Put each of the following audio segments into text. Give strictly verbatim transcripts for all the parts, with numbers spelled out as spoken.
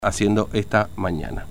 haciendo esta mañana.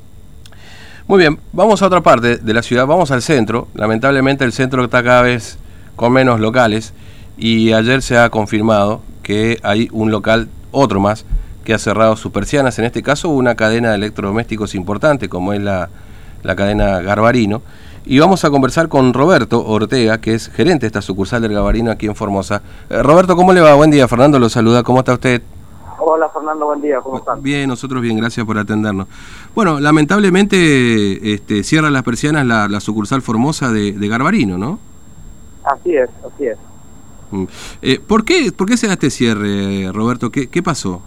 Muy bien, vamos a otra parte de la ciudad, vamos al centro. Lamentablemente el centro está cada vez con menos locales y ayer se ha confirmado que hay un local, otro más, que ha cerrado sus persianas, en este caso una cadena de electrodomésticos importante como es la, la cadena Garbarino. Y vamos a conversar con Roberto Ortega, que es gerente de esta sucursal del Garbarino aquí en Formosa. Eh, Roberto, ¿cómo le va? Buen día, Fernando lo saluda, ¿cómo está usted? Hola Fernando, buen día, ¿cómo están? Bien, nosotros bien, gracias por atendernos. Bueno, lamentablemente este, cierra las persianas la, la sucursal Formosa de, de Garbarino, ¿no? Así es, así es. Mm. Eh, ¿por qué, ¿Por qué se da este cierre, Roberto? ¿Qué, qué pasó?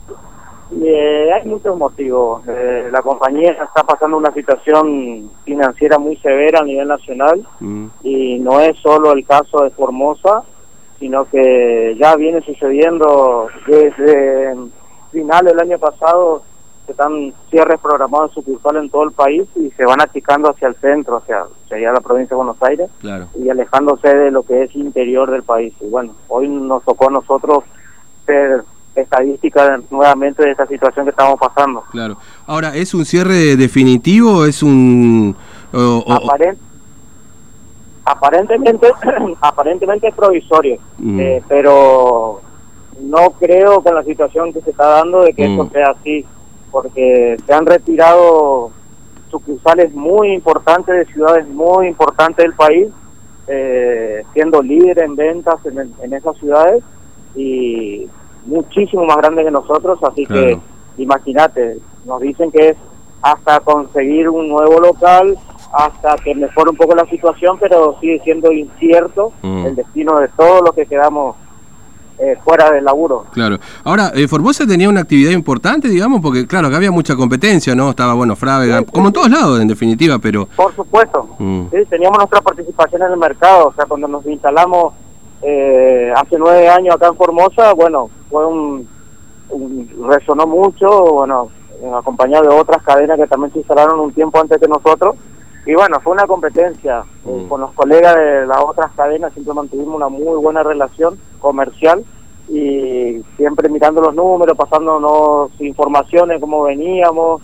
Eh, hay muchos motivos. Eh, la compañía está pasando una situación financiera muy severa a nivel nacional mm. y no es solo el caso de Formosa, sino que ya viene sucediendo desde final del año pasado, que están cierres programados de sucursal en todo el país y se van achicando hacia el centro, hacia, hacia la provincia de Buenos Aires, claro, y alejándose de lo que es interior del país. Y bueno, hoy nos tocó a nosotros ser estadística nuevamente de esta situación que estamos pasando. Claro. Ahora, ¿es un cierre definitivo o es un... O, o... Aparent, aparentemente, aparentemente es provisorio, mm. eh, pero... no creo con la situación que se está dando de que mm. esto sea así, porque se han retirado sucursales muy importantes de ciudades muy importantes del país, eh, siendo líder en ventas en, el, en esas ciudades y muchísimo más grandes que nosotros, así claro. que imagínate, nos dicen que es hasta conseguir un nuevo local, hasta que mejore un poco la situación, pero sigue siendo incierto mm. el destino de todos los que quedamos Eh, fuera del laburo. Claro. Ahora, eh, Formosa tenía una actividad importante, digamos, porque claro, acá había mucha competencia, ¿no? Estaba, bueno, Frávega, sí, sí, como en todos lados, en definitiva, pero... Por supuesto. Mm. Sí, teníamos nuestra participación en el mercado, o sea, cuando nos instalamos eh, hace nueve años acá en Formosa, bueno, fue un, un resonó mucho, bueno, acompañado de otras cadenas que también se instalaron un tiempo antes que nosotros, y bueno, fue una competencia. Mm. Eh, con los colegas de las otras cadenas siempre mantuvimos una muy buena relación comercial y siempre mirando los números, pasándonos informaciones, cómo veníamos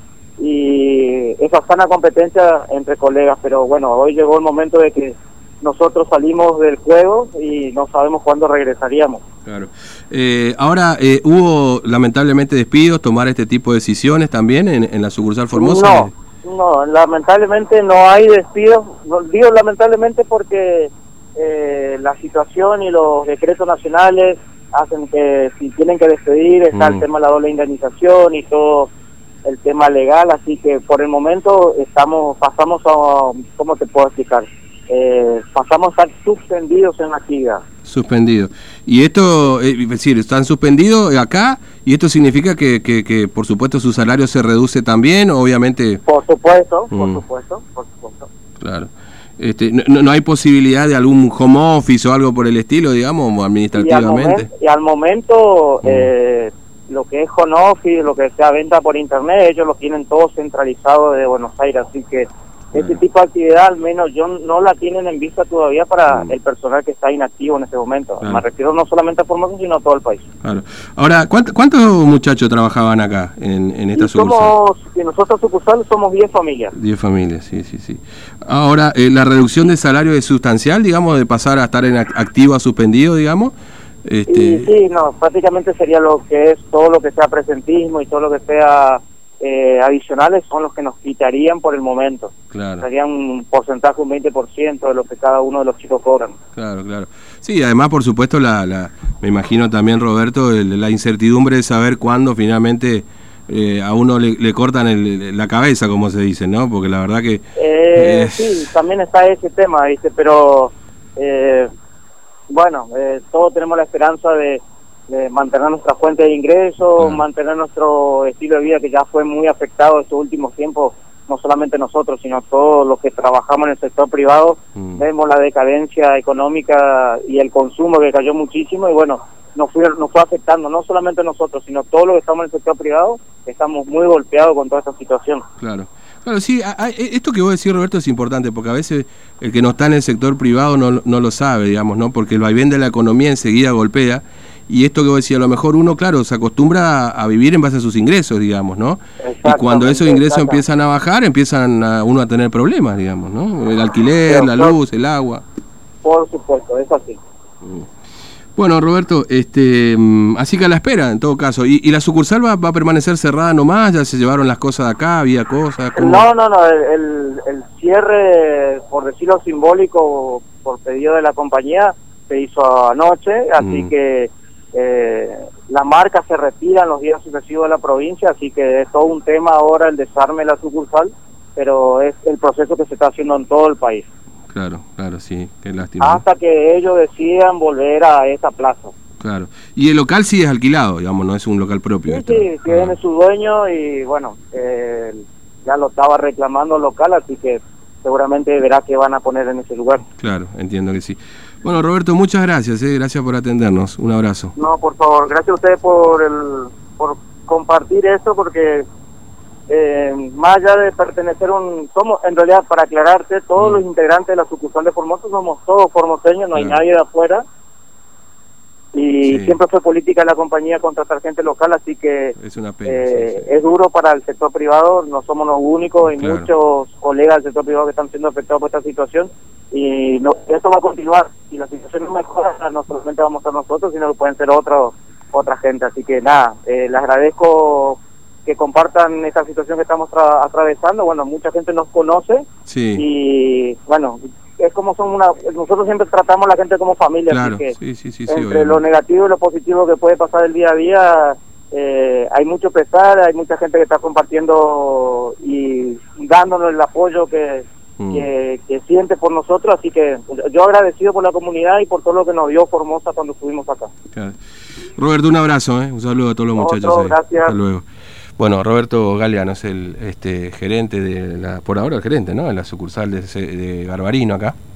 y esa sana competencia entre colegas. Pero bueno, hoy llegó el momento de que nosotros salimos del juego y no sabemos cuándo regresaríamos. Claro. Eh, ahora, eh, ¿hubo lamentablemente despidos, tomar este tipo de decisiones también en, en la sucursal Formosa? No. No, lamentablemente no hay despidos. Digo lamentablemente porque eh, la situación y los decretos nacionales hacen que si tienen que despedir está mm. el tema de la doble indemnización y todo el tema legal, así que por el momento estamos pasamos a, ¿cómo te puedo explicar? Eh, pasamos a estar suspendidos en la actividad. Suspendido. Y esto, eh, es decir, están suspendidos acá, y esto significa que, que, que, por supuesto, su salario se reduce también, obviamente. Por supuesto, mm. por supuesto, por supuesto. Claro. Este, no, no hay posibilidad de algún home office o algo por el estilo, digamos, administrativamente. Y al momento, y al momento mm. eh, lo que es home office, lo que sea venta por internet, ellos lo tienen todo centralizado desde Buenos Aires, así que ese tipo de actividad al menos yo no la tienen en vista todavía para mm. el personal que está inactivo en ese momento. Claro. Me refiero no solamente a Formosa, sino a todo el país. Claro. Ahora, ¿cuántos, ¿cuántos muchachos trabajaban acá en, en esta y sucursal? Somos, y nosotros sucursal somos diez familias. diez familias, sí, sí, sí. Ahora, eh, ¿la reducción de salario es sustancial, digamos, de pasar a estar en activo a suspendido, digamos? Este... Y, sí, no, prácticamente sería lo que es todo lo que sea presentismo y todo lo que sea... Eh, adicionales son los que nos quitarían por el momento. Claro. Serían un porcentaje, un veinte por ciento de lo que cada uno de los chicos cobran. Claro, claro. Sí, además, por supuesto, la, la me imagino también, Roberto, el, la incertidumbre de saber cuándo finalmente eh, a uno le, le cortan el, la cabeza, como se dice, ¿no? Porque la verdad que... Eh, eh... Sí, también está ese tema, ¿viste? Pero, eh, bueno, eh, todos tenemos la esperanza de... de mantener nuestra fuente de ingresos, claro. mantener nuestro estilo de vida que ya fue muy afectado estos últimos tiempos, no solamente nosotros, sino todos los que trabajamos en el sector privado, mm. vemos la decadencia económica y el consumo que cayó muchísimo y bueno, nos fue, nos fue afectando no solamente nosotros, sino todos los que estamos en el sector privado, estamos muy golpeados con toda esta situación. Claro. Claro, sí, a, a, esto que vos decís, Roberto, es importante, porque a veces el que no está en el sector privado no, no lo sabe, digamos, ¿no? Porque el vaivén de la economía enseguida golpea. y esto que vos decías, a lo mejor uno, claro, se acostumbra a vivir en base a sus ingresos, digamos, ¿no? Y cuando esos ingresos empiezan a bajar, empiezan a, uno a tener problemas, digamos, ¿no? El alquiler, la luz, el agua. Por supuesto, es así. Bueno, Roberto, este, así que a la espera, en todo caso. ¿Y, y la sucursal va, va a permanecer cerrada nomás? ¿Ya se llevaron las cosas de acá? ¿Había cosas? ¿Cómo? No, no, no, el, el, el cierre, por decirlo simbólico, por pedido de la compañía, se hizo anoche, así mm. que eh, la marca se retira en los días sucesivos de la provincia, así que es todo un tema ahora el desarme de la sucursal, pero es el proceso que se está haciendo en todo el país. Claro, claro, sí, qué lástima. Hasta que ellos decidan volver a esa plaza. Claro. Y el local sí es alquilado, digamos, no es un local propio. Sí, sí, tiene ah. su dueño y bueno, eh, ya lo estaba reclamando el local, así que seguramente verá que van a poner en ese lugar. Claro, entiendo que sí. Bueno, Roberto, muchas gracias, eh, gracias por atendernos, un abrazo. No, por favor, gracias a ustedes por, el, por compartir esto, porque... Eh, más allá de pertenecer un... Somos, en realidad, para aclararte, todos mm. los integrantes de la sucursal de Formosa somos todos formoseños, no hay claro. nadie de afuera. Y sí. siempre fue política de la compañía contratar gente local, así que es, una pena, eh, sí, sí. es duro para el sector privado, no somos los únicos, hay claro. muchos colegas del sector privado que están siendo afectados por esta situación. Y no, esto va a continuar. Si la situación no mejora, no solamente vamos a ser nosotros, sino que pueden ser otros, otra gente. Así que nada, eh, les agradezco que compartan esta situación que estamos atravesando. Bueno, mucha gente nos conoce sí. y bueno, es como son una... Nosotros siempre tratamos a la gente como familia, claro. así que sí, sí, sí, entre sí, lo negativo y lo positivo que puede pasar el día a día, eh, hay mucho pesar, hay mucha gente que está compartiendo y dándonos el apoyo que, mm. que, que siente por nosotros, así que yo agradecido por la comunidad y por todo lo que nos dio Formosa cuando estuvimos acá. Claro. Roberto, un abrazo, ¿eh? Un saludo a todos los muchachos. Otro, gracias. Hasta luego. Bueno, Roberto Galeano es el este gerente de la, por ahora el gerente, ¿no? En la sucursal de, de Garbarino acá.